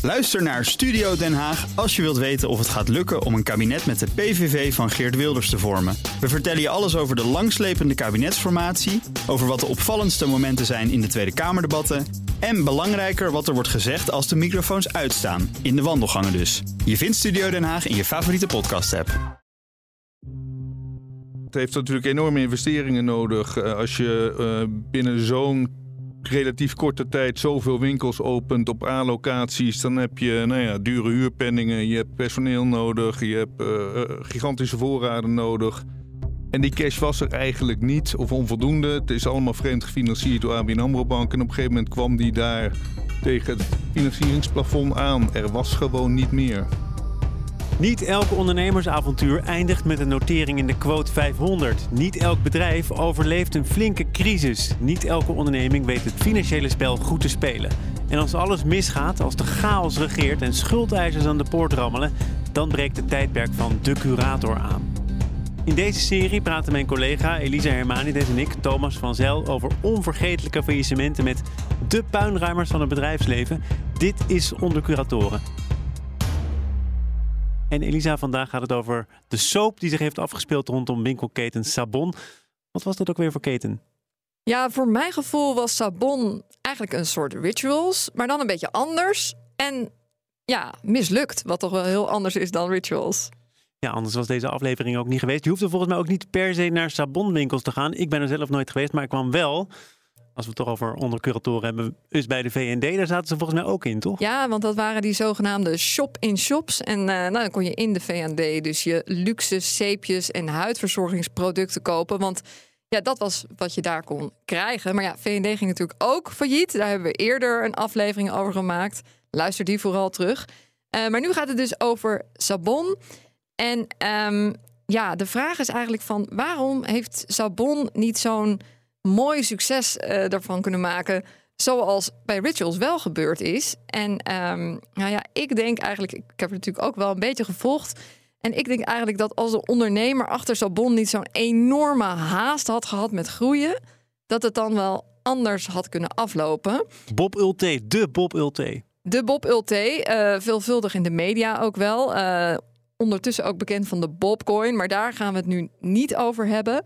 Luister naar Studio Den Haag als je wilt weten of het gaat lukken om een kabinet met de PVV van Geert Wilders te vormen. We vertellen je alles over de langslepende kabinetsformatie, over wat de opvallendste momenten zijn in de Tweede Kamerdebatten en belangrijker wat er wordt gezegd als de microfoons uitstaan, in de wandelgangen dus. Je vindt Studio Den Haag in je favoriete podcast-app. Het heeft natuurlijk enorme investeringen nodig als je binnen zo'n relatief korte tijd zoveel winkels opent op A-locaties. Dan heb je dure huurpenningen, je hebt personeel nodig, je hebt gigantische voorraden nodig. En die cash was er eigenlijk niet of onvoldoende. Het is allemaal vreemd gefinancierd door ABN AMRO Bank. En op een gegeven moment kwam die daar tegen het financieringsplafond aan. Er was gewoon niet meer. Niet elk ondernemersavontuur eindigt met een notering in de quote 500. Niet elk bedrijf overleeft een flinke crisis. Niet elke onderneming weet het financiële spel goed te spelen. En als alles misgaat, als de chaos regeert en schuldeisers aan de poort rammelen, dan breekt het tijdperk van de curator aan. In deze serie praten mijn collega Elisa Hermanides en ik, Thomas van Zijl, over onvergetelijke faillissementen met de puinruimers van het bedrijfsleven. Dit is Onder Curatoren. En Elisa, vandaag gaat het over de soap die zich heeft afgespeeld rondom winkelketen Sabon. Wat was dat ook weer voor keten? Ja, voor mijn gevoel was Sabon eigenlijk een soort rituals, maar dan een beetje anders. En ja, mislukt, wat toch wel heel anders is dan rituals. Ja, anders was deze aflevering ook niet geweest. Je hoeft er volgens mij ook niet per se naar Sabonwinkels te gaan. Ik ben er zelf nooit geweest, maar ik kwam wel, als we het toch over Onder Curatoren hebben, dus bij de V&D, daar zaten ze volgens mij ook in, toch? Ja, want dat waren die zogenaamde shop-in-shops. En dan kon je in de V&D dus je luxe zeepjes en huidverzorgingsproducten kopen. Want ja, dat was wat je daar kon krijgen. Maar ja, V&D ging natuurlijk ook failliet. Daar hebben we eerder een aflevering over gemaakt. Luister die vooral terug. Maar nu gaat het dus over Sabon. En de vraag is eigenlijk van waarom heeft Sabon niet zo'n mooi succes ervan kunnen maken, zoals bij Rituals wel gebeurd is. En ik denk eigenlijk, ik heb het natuurlijk ook wel een beetje gevolgd, en ik denk eigenlijk dat als de ondernemer achter Sabon niet zo'n enorme haast had gehad met groeien, dat het dan wel anders had kunnen aflopen. Bob Ulte, de Bob Ulte. De Bob Ulte, veelvuldig in de media ook wel. Ondertussen ook bekend van de Bobcoin, maar daar gaan we het nu niet over hebben.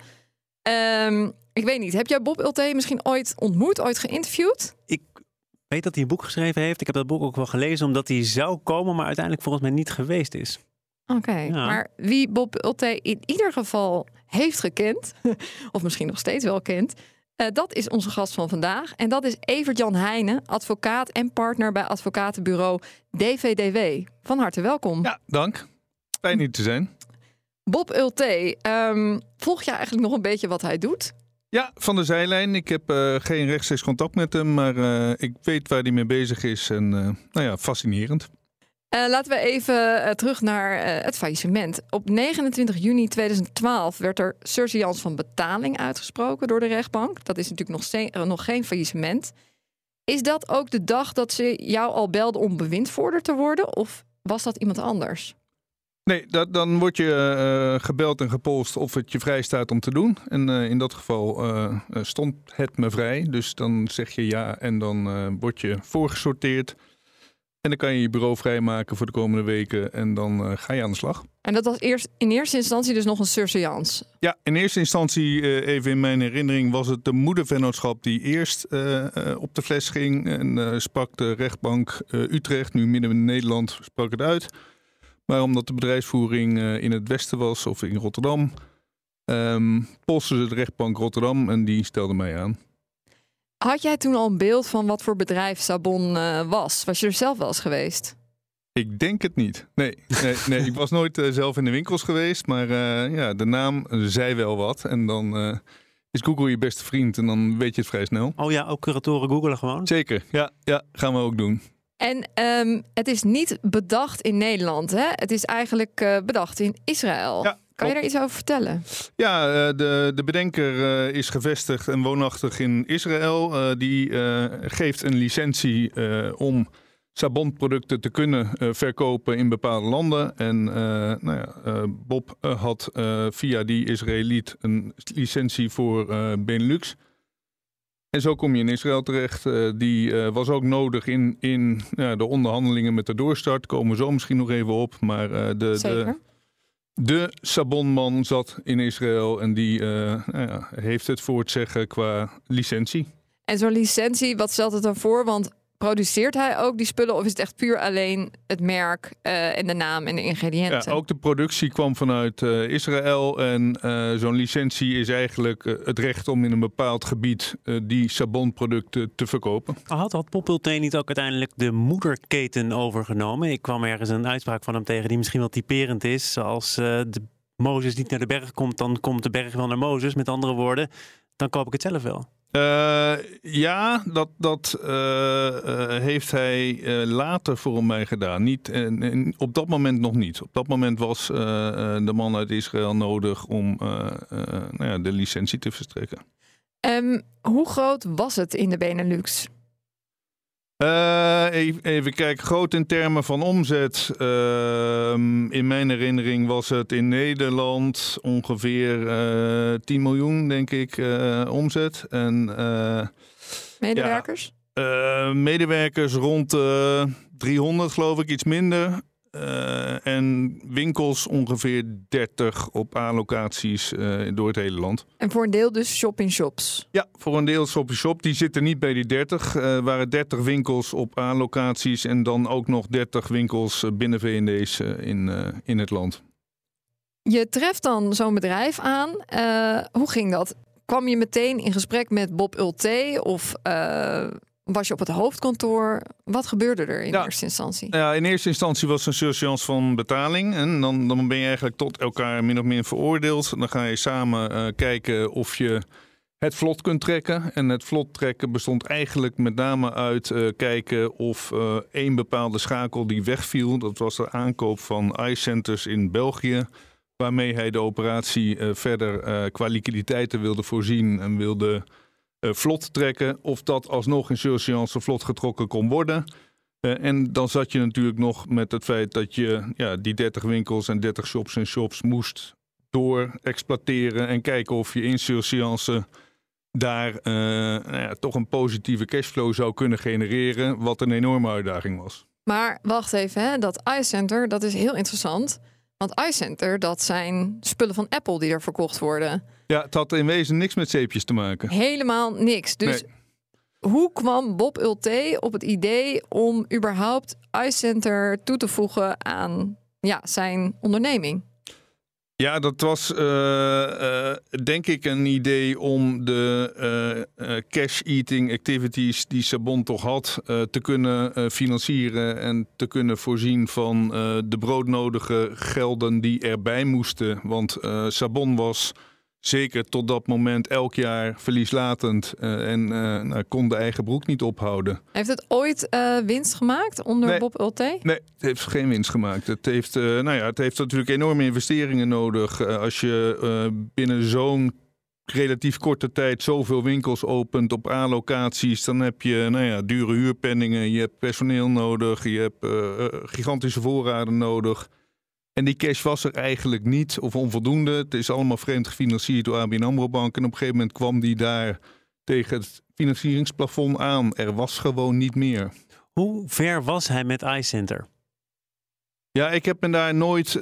Ik weet niet, heb jij Bob Ulte misschien ooit ontmoet, ooit geïnterviewd? Ik weet dat hij een boek geschreven heeft. Ik heb dat boek ook wel gelezen, omdat hij zou komen, maar uiteindelijk volgens mij niet geweest is. Oké, maar wie Bob Ulte in ieder geval heeft gekend, of misschien nog steeds wel kent, dat is onze gast van vandaag. En dat is Evert-Jan Heijnen, advocaat en partner bij advocatenbureau DVDW. Van harte welkom. Ja, dank. Fijn hier te zijn. Bob Ulte, volg je eigenlijk nog een beetje wat hij doet? Ja, van de zijlijn. Ik heb geen rechtstreeks contact met hem, maar ik weet waar hij mee bezig is. En fascinerend. Laten we even terug naar het faillissement. Op 29 juni 2012 werd er surseance van betaling uitgesproken door de rechtbank. Dat is natuurlijk nog geen faillissement. Is dat ook de dag dat ze jou al belden om bewindvoerder te worden? Of was dat iemand anders? Nee, dan word je gebeld en gepolst of het je vrij staat om te doen. En in dat geval stond het me vrij. Dus dan zeg je ja en dan word je voorgesorteerd. En dan kan je je bureau vrijmaken voor de komende weken en dan ga je aan de slag. En dat was in eerste instantie dus nog een surseance? Ja, in eerste instantie, even in mijn herinning, was het de moedervennootschap die eerst op de fles ging. En sprak de rechtbank Utrecht, nu midden in Nederland, sprak het uit. Maar omdat de bedrijfsvoering in het westen was of in Rotterdam, polste ze de rechtbank Rotterdam en die stelde mij aan. Had jij toen al een beeld van wat voor bedrijf Sabon was? Was je er zelf wel eens geweest? Ik denk het niet. Nee, ik was nooit zelf in de winkels geweest. Maar de naam zei wel wat. En dan is Google je beste vriend en dan weet je het vrij snel. Oh ja, ook curatoren googelen gewoon? Zeker, ja, gaan we ook doen. En het is niet bedacht in Nederland, hè? Het is eigenlijk bedacht in Israël. Ja. Kan je daar iets over vertellen? Ja, de bedenker is gevestigd en woonachtig in Israël. Die geeft een licentie om Sabonproducten te kunnen verkopen in bepaalde landen. En Bob had via die Israëliet een licentie voor Benelux. En zo kom je in Israël terecht. Die was ook nodig in de onderhandelingen met de doorstart. Komen we zo misschien nog even op. Maar de Sabonman zat in Israël en die heeft het voor het zeggen qua licentie. En zo'n licentie, wat stelt het dan voor? Want produceert hij ook die spullen of is het echt puur alleen het merk en de naam en de ingrediënten? Ja, ook de productie kwam vanuit Israël en zo'n licentie is eigenlijk het recht om in een bepaald gebied die sabonproducten te verkopen. Had Bob Ulte niet ook uiteindelijk de moederketen overgenomen? Ik kwam ergens een uitspraak van hem tegen die misschien wel typerend is. Als de Mozes niet naar de berg komt, dan komt de berg wel naar Mozes. Met andere woorden, dan koop ik het zelf wel. Dat heeft hij later voor mij gedaan. Niet, op dat moment nog niet. Op dat moment was de man uit Israël nodig om de licentie te verstrekken. Hoe groot was het in de Benelux? Even kijken, groot in termen van omzet. In mijn herinnering was het in Nederland ongeveer 10 miljoen, denk ik, omzet. En, medewerkers? Medewerkers rond 300, geloof ik, iets minder. En winkels ongeveer 30 op A-locaties door het hele land. En voor een deel dus shop-in-shops? Ja, voor een deel shop-in-shop. Die zitten niet bij die 30. Waren 30 winkels op A-locaties en dan ook nog 30 winkels binnen V&D's in het land. Je treft dan zo'n bedrijf aan. Hoe ging dat? Kwam je meteen in gesprek met Bob Ulte of was je op het hoofdkantoor? Wat gebeurde er in eerste instantie? Ja, in eerste instantie was een surseance van betaling. En dan ben je eigenlijk tot elkaar min of meer veroordeeld. Dan ga je samen kijken of je het vlot kunt trekken. En het vlot trekken bestond eigenlijk met name uit kijken of één bepaalde schakel die wegviel. Dat was de aankoop van iCenters in België. Waarmee hij de operatie verder qua liquiditeiten wilde voorzien en wilde vlot trekken. Of dat alsnog in surseance vlot getrokken kon worden. En dan zat je natuurlijk nog met het feit dat je die 30 winkels en 30 shops en shops moest door-exploiteren. En kijken of je in surseance daar toch een positieve cashflow zou kunnen genereren. Wat een enorme uitdaging was. Maar wacht even, hè? Dat iCenter, dat is heel interessant. Want iCenter, dat zijn spullen van Apple die er verkocht worden. Ja, het had in wezen niks met zeepjes te maken. Helemaal niks. Dus nee. Hoe kwam Bob Ulte op het idee om überhaupt iCenter toe te voegen aan zijn onderneming? Ja, dat was denk ik een idee om de cash-eating activities die Sabon toch had te kunnen financieren en te kunnen voorzien van de broodnodige gelden die erbij moesten. Want Sabon was zeker tot dat moment elk jaar verlieslatend en kon de eigen broek niet ophouden. Heeft het ooit winst gemaakt onder Bob Ulte? Nee, het heeft geen winst gemaakt. Het heeft, het heeft natuurlijk enorme investeringen nodig. Als je binnen zo'n relatief korte tijd zoveel winkels opent op A-locaties, dan heb je dure huurpenningen, je hebt personeel nodig, je hebt gigantische voorraden nodig. En die cash was er eigenlijk niet of onvoldoende. Het is allemaal vreemd gefinancierd door ABN AMRO Bank. En op een gegeven moment kwam die daar tegen het financieringsplafond aan. Er was gewoon niet meer. Hoe ver was hij met iCenter? Ja, ik heb me daar nooit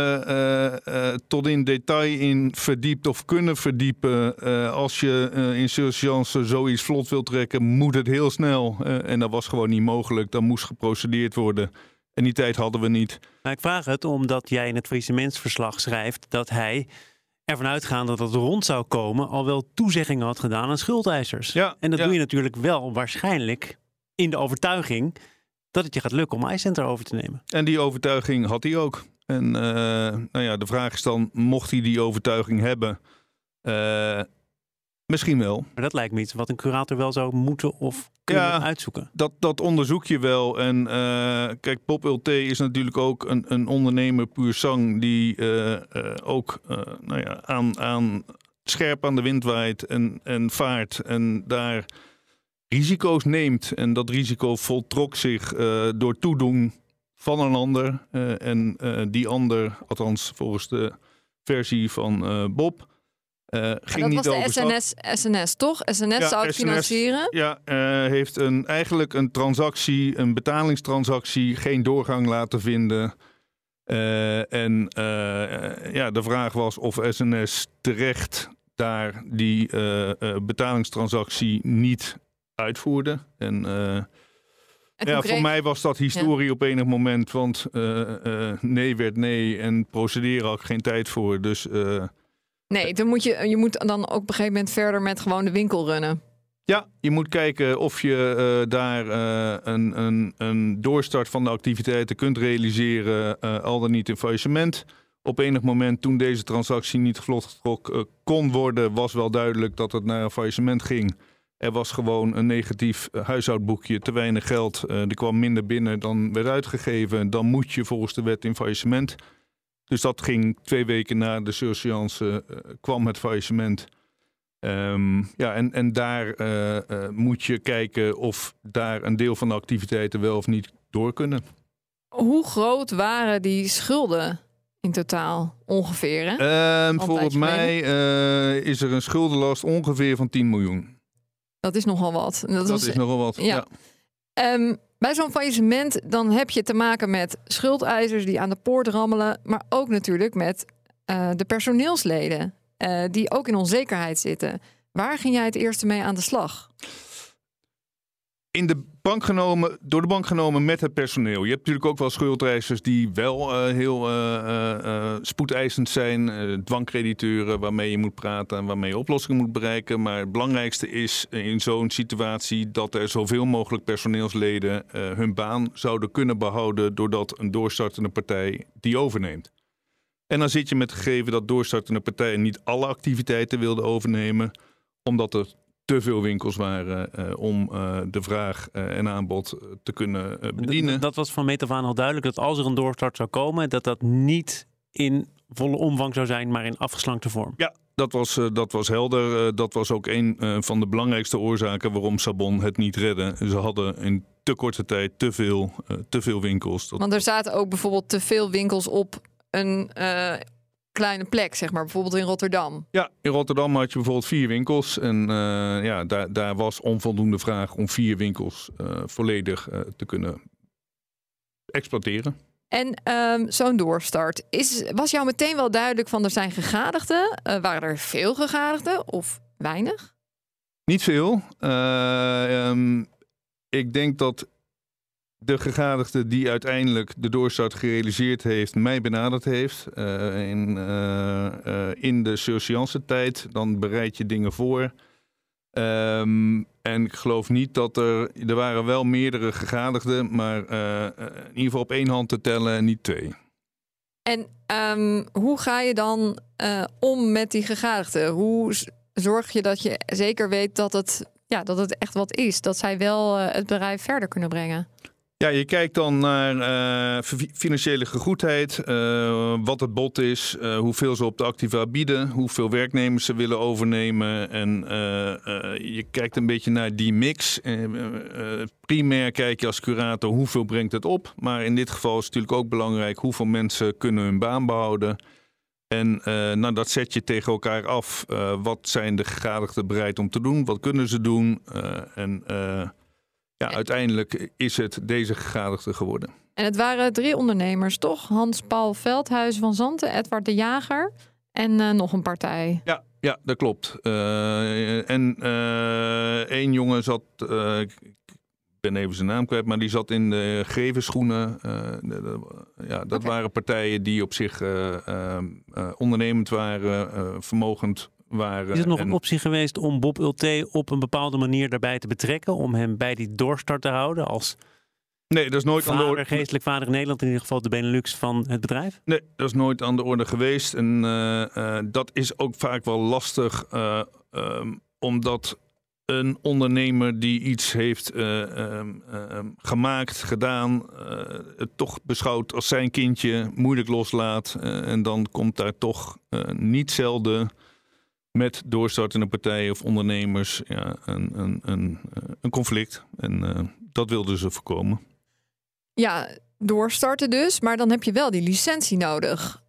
tot in detail in verdiept of kunnen verdiepen. Als je in surseance zoiets vlot wil trekken, moet het heel snel. En dat was gewoon niet mogelijk. Dan moest geprocedeerd worden. En die tijd hadden we niet. Nou, ik vraag het omdat jij in het faillissementsverslag schrijft dat hij ervan uitgaande dat het rond zou komen al wel toezeggingen had gedaan aan schuldeisers. Ja, en dat doe je natuurlijk wel waarschijnlijk in de overtuiging dat het je gaat lukken om iCenter over te nemen. En die overtuiging had hij ook. En de vraag is dan, mocht hij die overtuiging hebben? Misschien wel. Maar dat lijkt me iets wat een curator wel zou moeten of kunnen uitzoeken. Dat onderzoek je wel. En kijk, Bob Ulte is natuurlijk ook een ondernemer puur sang die ook scherp aan de wind waait en vaart en daar risico's neemt. En dat risico voltrok zich door toedoen van een ander. En die ander, althans volgens de versie van Bob, Ging dat niet was over de SNS toch? SNS zou het financieren? Ja, heeft eigenlijk een transactie, een betalingstransactie, geen doorgang laten vinden. De vraag was of SNS terecht daar die betalingstransactie niet uitvoerde. Voor mij was dat historie op enig moment, want nee werd nee en procederen had ik geen tijd voor. Dus, nee, dan je moet dan ook op een gegeven moment verder met gewoon de winkel runnen. Ja, je moet kijken of je daar een doorstart van de activiteiten kunt realiseren, al dan niet in faillissement. Op enig moment toen deze transactie niet vlot kon worden, was wel duidelijk dat het naar een faillissement ging. Er was gewoon een negatief huishoudboekje, te weinig geld. Er kwam minder binnen dan werd uitgegeven. Dan moet je volgens de wet in faillissement. Dus dat ging 2 weken na de surseance, kwam het faillissement. En daar moet je kijken of daar een deel van de activiteiten wel of niet door kunnen. Hoe groot waren die schulden in totaal ongeveer? Hè? Volgens mij is er een schuldenlast ongeveer van 10 miljoen. Dat is nogal wat. Dat is nogal wat, ja. Bij zo'n faillissement dan heb je te maken met schuldeisers die aan de poort rammelen, maar ook natuurlijk met de personeelsleden die ook in onzekerheid zitten. Waar ging jij het eerste mee aan de slag? Door de bank genomen met het personeel. Je hebt natuurlijk ook wel schuldeisers die wel heel spoedeisend zijn. Dwangcrediteuren waarmee je moet praten en waarmee je oplossingen moet bereiken. Maar het belangrijkste is in zo'n situatie dat er zoveel mogelijk personeelsleden hun baan zouden kunnen behouden doordat een doorstartende partij die overneemt. En dan zit je met het gegeven dat doorstartende partijen niet alle activiteiten wilden overnemen, omdat er te veel winkels waren om de vraag en aanbod te kunnen bedienen. Dat was van meet af aan al duidelijk dat als er een doorstart zou komen, dat niet in volle omvang zou zijn, maar in afgeslankte vorm. Ja, dat was helder. Dat was ook een van de belangrijkste oorzaken waarom Sabon het niet redde. Ze hadden in te korte tijd te veel winkels. Want er zaten ook bijvoorbeeld te veel winkels op een kleine plek, zeg maar, bijvoorbeeld in Rotterdam. Ja, in Rotterdam had je bijvoorbeeld 4 winkels. En daar was onvoldoende vraag om 4 winkels volledig te kunnen exploiteren. En zo'n doorstart. Was jou meteen wel duidelijk van er zijn gegadigden? Waren er veel gegadigden of weinig? Niet veel. Ik denk dat de gegadigde die uiteindelijk de doorstart gerealiseerd heeft, mij benaderd heeft. In de surseance tijd, dan bereid je dingen voor. En ik geloof niet dat er waren wel meerdere gegadigden, maar in ieder geval op 1 hand te tellen en niet 2. En hoe ga je dan om met die gegadigden? Hoe zorg je dat je zeker weet dat het echt wat is? Dat zij wel het bedrijf verder kunnen brengen? Ja, je kijkt dan naar financiële gegoedheid, wat het bod is, hoeveel ze op de activa bieden, hoeveel werknemers ze willen overnemen. En je kijkt een beetje naar die mix. Primair kijk je als curator hoeveel brengt het op. Maar in dit geval is het natuurlijk ook belangrijk hoeveel mensen kunnen hun baan behouden. En dat zet je tegen elkaar af. Wat zijn de gegadigden bereid om te doen? Wat kunnen ze doen? Uiteindelijk is het deze gegadigde geworden. En het waren 3 ondernemers, toch? Hans-Paul Veldhuis van Zanten, Edward de Jager en nog een partij. Ja, dat klopt. En 1 jongen zat, ik ben even zijn naam kwijt, maar die zat in de grevenschoenen. Dat waren partijen die op zich ondernemend waren, vermogend waren. Is het nog een optie geweest om Bob Ulte op een bepaalde manier daarbij te betrekken, om hem bij die doorstart te houden als nee, dat is nooit aan de orde. Geestelijk vader in Nederland, in ieder geval de Benelux van het bedrijf? Nee, dat is nooit aan de orde geweest. En dat is ook vaak wel lastig, omdat een ondernemer die iets heeft gemaakt, gedaan, het toch beschouwt als zijn kindje, moeilijk loslaat. En dan komt daar toch niet zelden met doorstartende partijen of ondernemers een conflict. En dat wilden ze voorkomen. Ja, doorstarten dus, maar dan heb je wel die licentie nodig.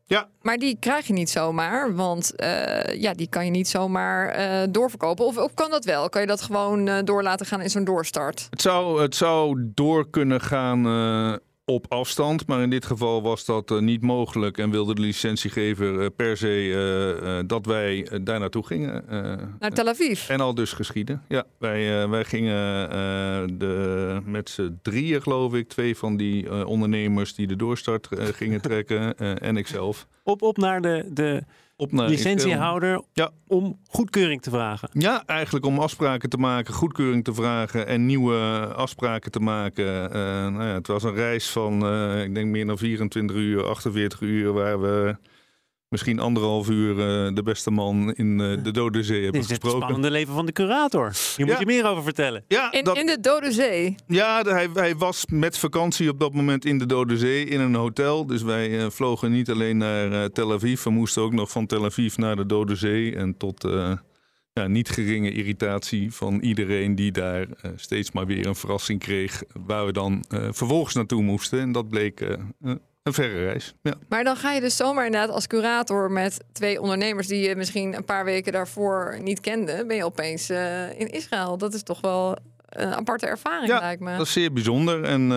Ja. Maar die krijg je niet zomaar, want die kan je niet zomaar doorverkopen. Of kan dat wel? Kan je dat gewoon door laten gaan in zo'n doorstart? Het zou door kunnen gaan op afstand, maar in dit geval was dat niet mogelijk en wilde de licentiegever per se dat wij daar naartoe gingen. Naar Tel Aviv? En al dus geschieden. Ja, wij gingen met z'n drieën, geloof ik, 2 van die ondernemers die de doorstart gingen trekken en ikzelf. Op naar de licentiehouder om goedkeuring te vragen. Ja, eigenlijk om afspraken te maken, goedkeuring te vragen en nieuwe afspraken te maken. Het was een reis van, ik denk meer dan 24 uur, 48 uur, waar we misschien 1,5 uur de beste man in de Dode Zee hebben gesproken. Dit is het spannende leven van de curator. Hier moet je meer over vertellen. Ja, in de Dode Zee? Ja, hij was met vakantie op dat moment in de Dode Zee in een hotel. Dus wij vlogen niet alleen naar Tel Aviv. We moesten ook nog van Tel Aviv naar de Dode Zee. En tot niet geringe irritatie van iedereen die daar steeds maar weer een verrassing kreeg. Waar we dan vervolgens naartoe moesten. En dat bleek een verre reis. Ja. Maar dan ga je dus zomaar inderdaad als curator met 2 ondernemers die je misschien een paar weken daarvoor niet kende, ben je opeens in Israël. Dat is toch wel een aparte ervaring, lijkt me. Dat is zeer bijzonder. En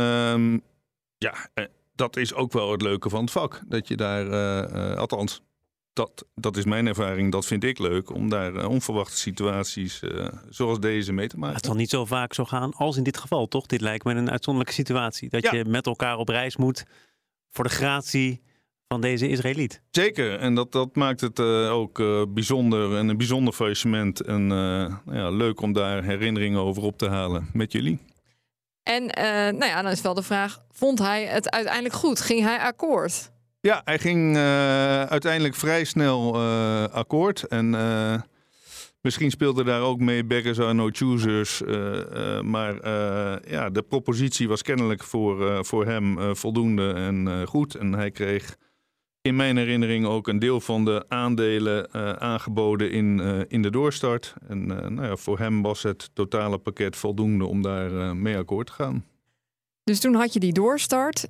dat is ook wel het leuke van het vak. Dat je daar, althans, dat is mijn ervaring, dat vind ik leuk, om daar onverwachte situaties zoals deze mee te maken. Het zal niet zo vaak zo gaan als in dit geval, toch? Dit lijkt me een uitzonderlijke situatie. Dat je met elkaar op reis moet voor de gratie van deze Israëliet. Zeker, en dat maakt het ook bijzonder en een bijzonder faillissement. En leuk om daar herinneringen over op te halen met jullie. En dan is wel de vraag, vond hij het uiteindelijk goed? Ging hij akkoord? Ja, hij ging uiteindelijk vrij snel akkoord. En misschien speelde daar ook mee beggars are no choosers. Maar de propositie was kennelijk voor hem voldoende en goed. En hij kreeg in mijn herinnering ook een deel van de aandelen aangeboden in de doorstart. En voor hem was het totale pakket voldoende om daar mee akkoord te gaan. Dus toen had je die doorstart.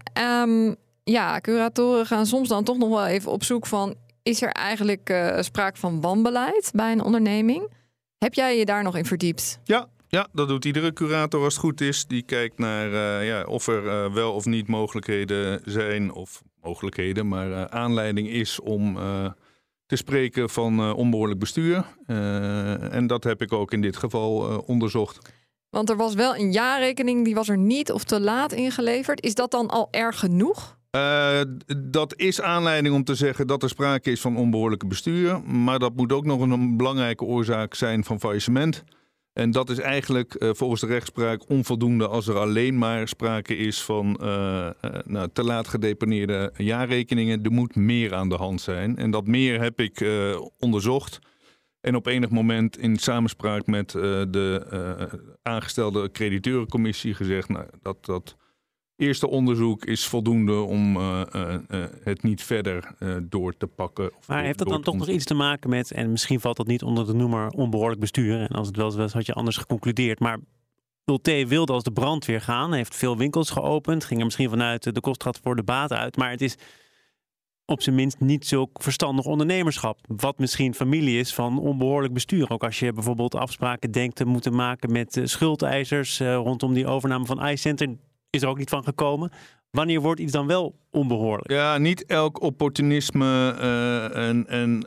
Curatoren gaan soms dan toch nog wel even op zoek van, is er eigenlijk sprake van wanbeleid bij een onderneming? Heb jij je daar nog in verdiept? Ja, dat doet iedere curator als het goed is. Die kijkt naar of er wel of niet mogelijkheden zijn, of mogelijkheden, maar aanleiding is om te spreken van onbehoorlijk bestuur. En dat heb ik ook in dit geval onderzocht. Want er was wel een jaarrekening, die was er niet of te laat ingeleverd. Is dat dan al erg genoeg? Dat is aanleiding om te zeggen dat er sprake is van onbehoorlijke bestuur. Maar dat moet ook nog een belangrijke oorzaak zijn van faillissement. En dat is eigenlijk volgens de rechtspraak onvoldoende als er alleen maar sprake is van te laat gedeponeerde jaarrekeningen. Er moet meer aan de hand zijn. En dat meer heb ik onderzocht. En op enig moment in samenspraak met de aangestelde crediteurencommissie gezegd, dat eerste onderzoek is voldoende om het niet verder door te pakken. Maar heeft dat dan toch nog iets te maken met, en misschien valt dat niet onder de noemer onbehoorlijk bestuur, en als het wel was had je anders geconcludeerd, maar Ulte wilde als de brandweer gaan, heeft veel winkels geopend, ging er misschien vanuit de kost gaat voor de baat uit, maar het is op zijn minst niet zo verstandig ondernemerschap. Wat misschien familie is van onbehoorlijk bestuur. Ook als je bijvoorbeeld afspraken denkt te moeten maken met schuldeisers rondom die overname van iCenter, is er ook niet van gekomen. Wanneer wordt iets dan wel onbehoorlijk? Ja, niet elk opportunisme en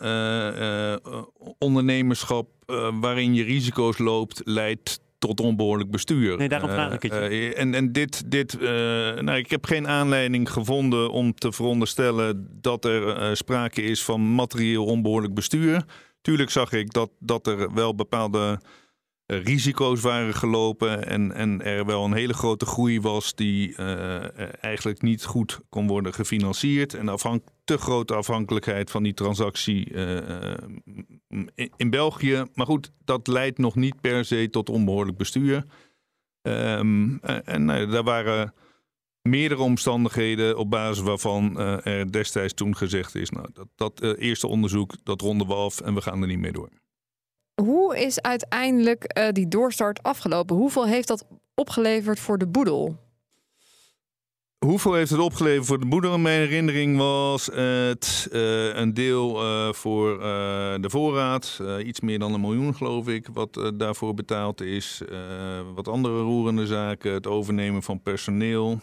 ondernemerschap waarin je risico's loopt, leidt tot onbehoorlijk bestuur. Nee, daarom vraag ik het je. Ik heb geen aanleiding gevonden om te veronderstellen dat er sprake is van materieel onbehoorlijk bestuur. Tuurlijk zag ik dat er wel bepaalde risico's waren gelopen en er wel een hele grote groei was die eigenlijk niet goed kon worden gefinancierd. En te grote afhankelijkheid van die transactie in België. Maar goed, dat leidt nog niet per se tot onbehoorlijk bestuur. Daar waren meerdere omstandigheden op basis waarvan er destijds toen gezegd is, dat eerste onderzoek, dat ronden we af en we gaan er niet mee door. Hoe is uiteindelijk die doorstart afgelopen? Hoeveel heeft dat opgeleverd voor de boedel? Hoeveel heeft het opgeleverd voor de boerder? Mijn herinnering was het een deel voor de voorraad. Iets meer dan 1 miljoen, geloof ik, wat daarvoor betaald is. Wat andere roerende zaken, het overnemen van personeel.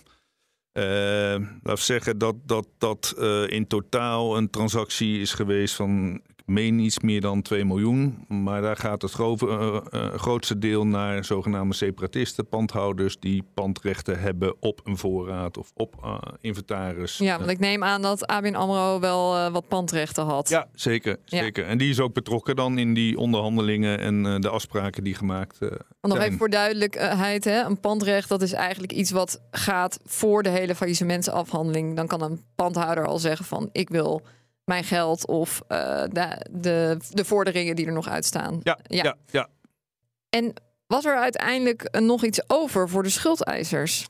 Laten we zeggen dat in totaal een transactie is geweest van... Ik meen iets meer dan 2 miljoen. Maar daar gaat het grootste deel naar zogenaamde separatisten, pandhouders die pandrechten hebben op een voorraad of op inventaris. Ja, want ik neem aan dat ABN AMRO wel wat pandrechten had. Ja, zeker. En die is ook betrokken dan in die onderhandelingen en de afspraken die gemaakt zijn. Nog even voor duidelijkheid, hè? Een pandrecht dat is eigenlijk iets wat gaat voor de hele faillissementsafhandeling. Dan kan een pandhouder al zeggen van ik wil mijn geld of de vorderingen die er nog uitstaan. Ja. En was er uiteindelijk nog iets over voor de schuldeisers?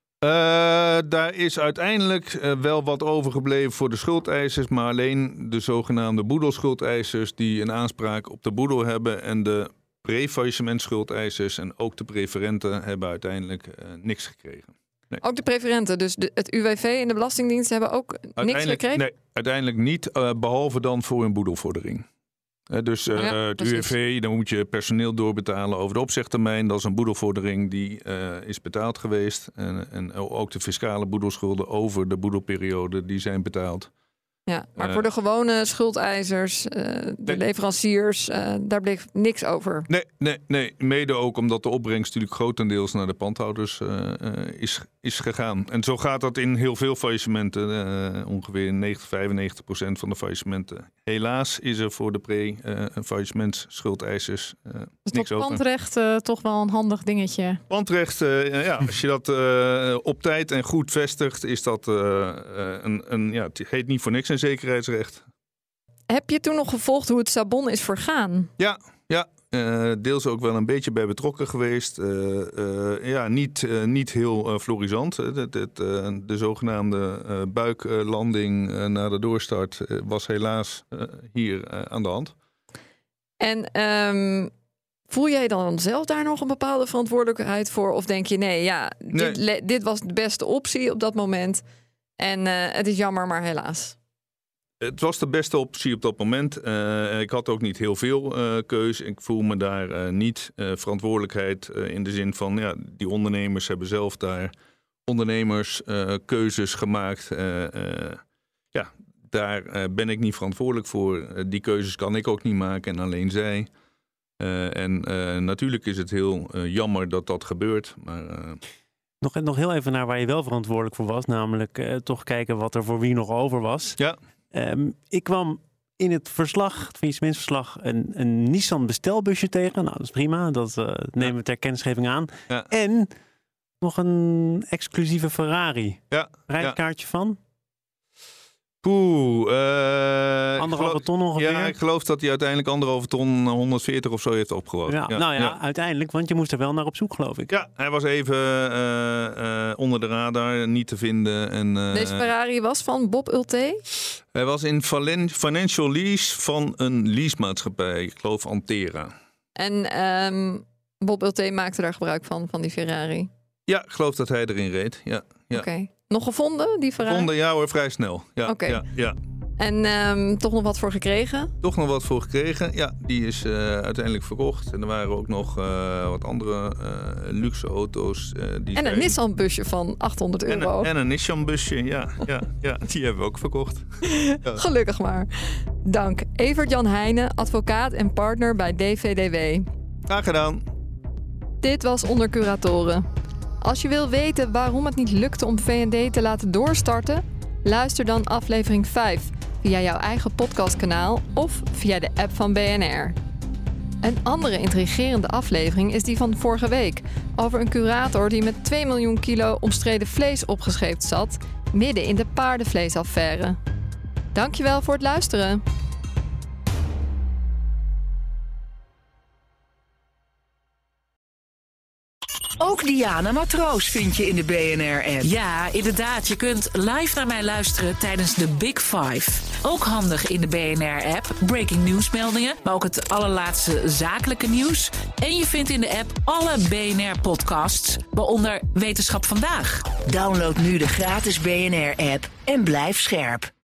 Daar is uiteindelijk wel wat overgebleven voor de schuldeisers, maar alleen de zogenaamde boedelschuldeisers die een aanspraak op de boedel hebben en de pre-faillissementschuldeisers en ook de preferenten hebben uiteindelijk niks gekregen. Nee. Ook de preferenten, dus het UWV en de Belastingdienst hebben ook niks gekregen? Nee, uiteindelijk niet, behalve dan voor een boedelvordering. Dus het UWV, dan moet je personeel doorbetalen over de opzegtermijn. Dat is een boedelvordering die is betaald geweest. En ook de fiscale boedelschulden over de boedelperiode, die zijn betaald. Ja, maar voor de gewone schuldeisers, de leveranciers, daar bleef niks over. Nee. Mede ook omdat de opbrengst natuurlijk grotendeels naar de pandhouders is gegaan. En zo gaat dat in heel veel faillissementen. Ongeveer 95% van de faillissementen. Helaas is er voor de pre-faillissementsschuldeisers niks over. Pandrecht toch wel een handig dingetje. Pandrecht, als je dat op tijd en goed vestigt, is dat het heet niet voor niks een zekerheidsrecht. Heb je toen nog gevolgd hoe het Sabon is vergaan? Ja. Deels ook wel een beetje bij betrokken geweest. Niet heel florisant. De zogenaamde buiklanding na de doorstart was helaas hier aan de hand. En voel jij dan zelf daar nog een bepaalde verantwoordelijkheid voor? Of denk je, dit was de beste optie op dat moment en het is jammer, maar helaas? Het was de beste optie op dat moment. Ik had ook niet heel veel keus. Ik voel me daar niet verantwoordelijkheid in de zin van... die ondernemers hebben zelf daar ondernemerskeuzes gemaakt. Daar ben ik niet verantwoordelijk voor. Die keuzes kan ik ook niet maken en alleen zij. Natuurlijk is het heel jammer dat dat gebeurt, maar... Nog heel even naar waar je wel verantwoordelijk voor was. Namelijk toch kijken wat er voor wie nog over was. Ja. Ik kwam in het faillissementsverslag een Nissan bestelbusje tegen. Nou, dat is prima. Dat nemen we ter kennisgeving aan. Ja. En nog een exclusieve Ferrari. Ja. Prijskaartje van? 1,5 ton ongeveer. Ja, ik geloof dat hij uiteindelijk 1,5 ton 140 of zo heeft opgewogen. Uiteindelijk, want je moest er wel naar op zoek, geloof ik. Ja, hij was even onder de radar, niet te vinden. En, deze Ferrari was van Bob Ulte? Hij was in financial lease van een leasemaatschappij, ik geloof Antera. En Bob Ulte maakte daar gebruik van die Ferrari? Ja, ik geloof dat hij erin reed, ja. Oké. Nog gevonden, die Ferrari? Gevonden, ja hoor, vrij snel. Ja, Oké. Ja. En toch nog wat voor gekregen? Toch nog wat voor gekregen, ja. Die is uiteindelijk verkocht. En er waren ook nog wat andere luxe auto's. Een Nissan-busje van €800. En een Nissan-busje, ja. Die hebben we ook verkocht. Ja. Gelukkig maar. Dank. Evert-Jan Heijnen, advocaat en partner bij DVDW. Graag gedaan. Dit was Onder Curatoren. Als je wil weten waarom het niet lukte om V&D te laten doorstarten, luister dan aflevering 5 via jouw eigen podcastkanaal of via de app van BNR. Een andere intrigerende aflevering is die van vorige week over een curator die met 2 miljoen kilo omstreden vlees opgescheept zat midden in de paardenvleesaffaire. Dankjewel voor het luisteren. Ook Diana Matroos vind je in de BNR-app. Ja, inderdaad. Je kunt live naar mij luisteren tijdens de Big Five. Ook handig in de BNR-app. Breaking nieuwsmeldingen, maar ook het allerlaatste zakelijke nieuws. En je vindt in de app alle BNR-podcasts, waaronder Wetenschap Vandaag. Download nu de gratis BNR-app en blijf scherp.